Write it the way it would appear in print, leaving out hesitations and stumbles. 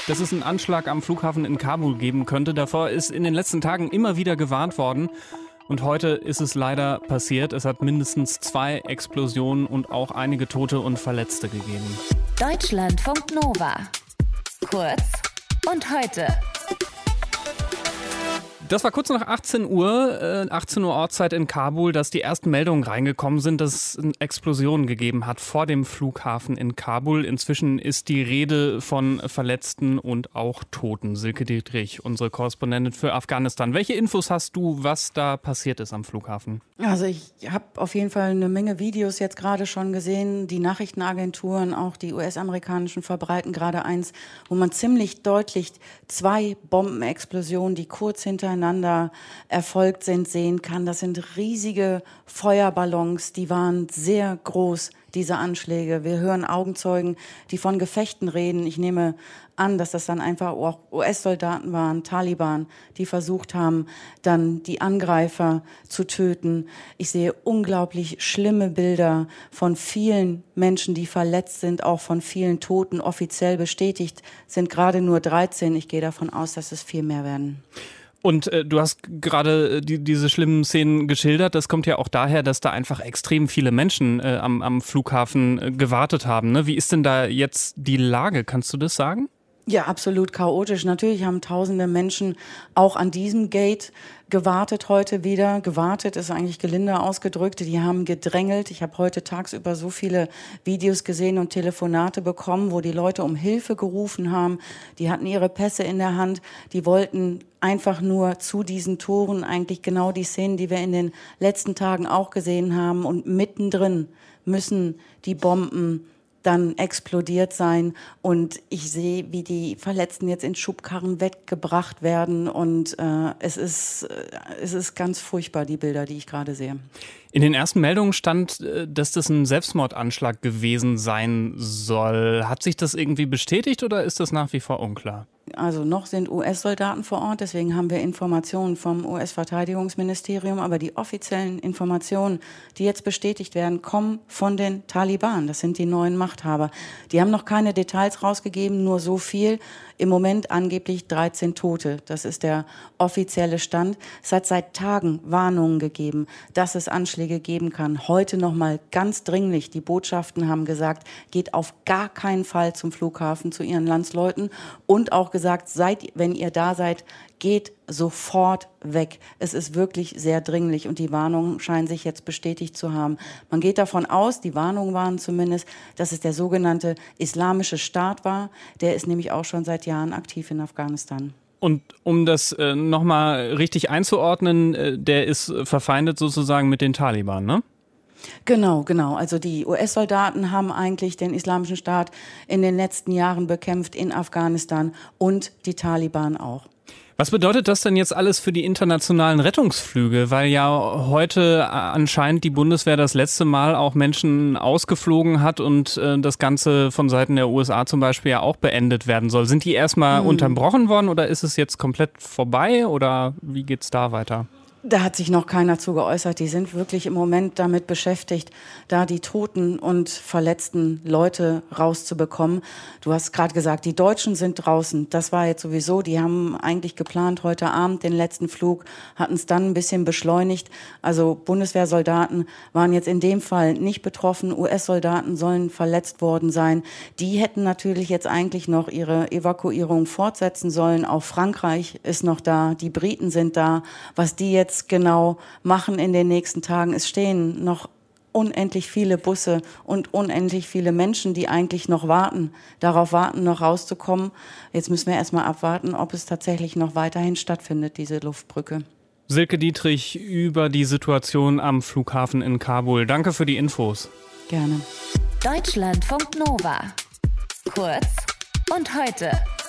dass es einen Anschlag am Flughafen in Kabul geben könnte. Davor ist in den letzten Tagen immer wieder gewarnt worden. Und heute ist es leider passiert. Es hat mindestens 2 Explosionen und auch einige Tote und Verletzte gegeben. Deutschlandfunk Nova. Kurz und heute. Das war kurz nach 18 Uhr, 18 Uhr Ortszeit in Kabul, dass die ersten Meldungen reingekommen sind, dass es Explosionen gegeben hat vor dem Flughafen in Kabul. Inzwischen ist die Rede von Verletzten und auch Toten. Silke Dietrich, unsere Korrespondentin für Afghanistan. Welche Infos hast du, was da passiert ist am Flughafen? Also ich habe auf jeden Fall eine Menge Videos jetzt gerade schon gesehen. Die Nachrichtenagenturen, auch die US-amerikanischen, verbreiten gerade eins, wo man ziemlich deutlich 2 Bombenexplosionen, die kurz hintereinander erfolgt sind, sehen kann. Das sind riesige Feuerballons, die waren sehr groß, diese Anschläge. Wir hören Augenzeugen, die von Gefechten reden. Ich nehme an, dass das dann einfach auch US-Soldaten waren, Taliban, die versucht haben, dann die Angreifer zu töten. Ich sehe unglaublich schlimme Bilder von vielen Menschen, die verletzt sind, auch von vielen Toten. Offiziell bestätigt sind gerade nur 13. Ich gehe davon aus, dass es viel mehr werden. Und du hast gerade diese schlimmen Szenen geschildert. Das kommt ja auch daher, dass da einfach extrem viele Menschen am Flughafen gewartet haben. Ne? Wie ist denn da jetzt die Lage? Kannst du das sagen? Ja, absolut chaotisch. Natürlich haben tausende Menschen auch an diesem Gate gewartet heute wieder. Gewartet ist eigentlich gelinde ausgedrückt. Die haben gedrängelt. Ich habe heute tagsüber so viele Videos gesehen und Telefonate bekommen, wo die Leute um Hilfe gerufen haben. Die hatten ihre Pässe in der Hand. Die wollten einfach nur zu diesen Toren, eigentlich genau die Szenen, die wir in den letzten Tagen auch gesehen haben. Und mittendrin müssen die Bomben dann explodiert sein. Und ich sehe, wie die Verletzten jetzt in Schubkarren weggebracht werden. Und es ist ganz furchtbar, die Bilder, die ich gerade sehe. In den ersten Meldungen stand, dass das ein Selbstmordanschlag gewesen sein soll. Hat sich das irgendwie bestätigt oder ist das nach wie vor unklar? Also noch sind US-Soldaten vor Ort, deswegen haben wir Informationen vom US-Verteidigungsministerium, aber die offiziellen Informationen, die jetzt bestätigt werden, kommen von den Taliban. Das sind die neuen Machthaber. Die haben noch keine Details rausgegeben, nur so viel. Im Moment angeblich 13 Tote. Das ist der offizielle Stand. Es hat seit Tagen Warnungen gegeben, dass es Anschläge geben kann. Heute nochmal ganz dringlich. Die Botschaften haben gesagt, geht auf gar keinen Fall zum Flughafen zu ihren Landsleuten und auch gesagt, wenn ihr da seid, geht sofort weg. Es ist wirklich sehr dringlich und die Warnungen scheinen sich jetzt bestätigt zu haben. Man geht davon aus, die Warnungen waren zumindest, dass es der sogenannte Islamische Staat war. Der ist nämlich auch schon seit Jahren aktiv in Afghanistan. Und um das nochmal richtig einzuordnen, der ist verfeindet sozusagen mit den Taliban, ne? Genau. Also die US-Soldaten haben eigentlich den Islamischen Staat in den letzten Jahren bekämpft in Afghanistan und die Taliban auch. Was bedeutet das denn jetzt alles für die internationalen Rettungsflüge? Weil ja heute anscheinend die Bundeswehr das letzte Mal auch Menschen ausgeflogen hat und das Ganze von Seiten der USA zum Beispiel ja auch beendet werden soll. Sind die erstmal unterbrochen worden oder ist es jetzt komplett vorbei oder wie geht's da weiter? Da hat sich noch keiner zu geäußert. Die sind wirklich im Moment damit beschäftigt, da die toten und verletzten Leute rauszubekommen. Du hast gerade gesagt, die Deutschen sind draußen. Das war jetzt sowieso, die haben eigentlich geplant heute Abend den letzten Flug, hatten es dann ein bisschen beschleunigt. Also Bundeswehrsoldaten waren jetzt in dem Fall nicht betroffen. US-Soldaten sollen verletzt worden sein. Die hätten natürlich jetzt eigentlich noch ihre Evakuierung fortsetzen sollen. Auch Frankreich ist noch da, die Briten sind da. Was die jetzt genau machen in den nächsten Tagen. Es stehen noch unendlich viele Busse und unendlich viele Menschen, die eigentlich noch darauf warten, noch rauszukommen. Jetzt müssen wir erstmal abwarten, ob es tatsächlich noch weiterhin stattfindet, diese Luftbrücke. Silke Dietrich über die Situation am Flughafen in Kabul. Danke für die Infos. Gerne. Deutschlandfunk Nova. Kurz und heute.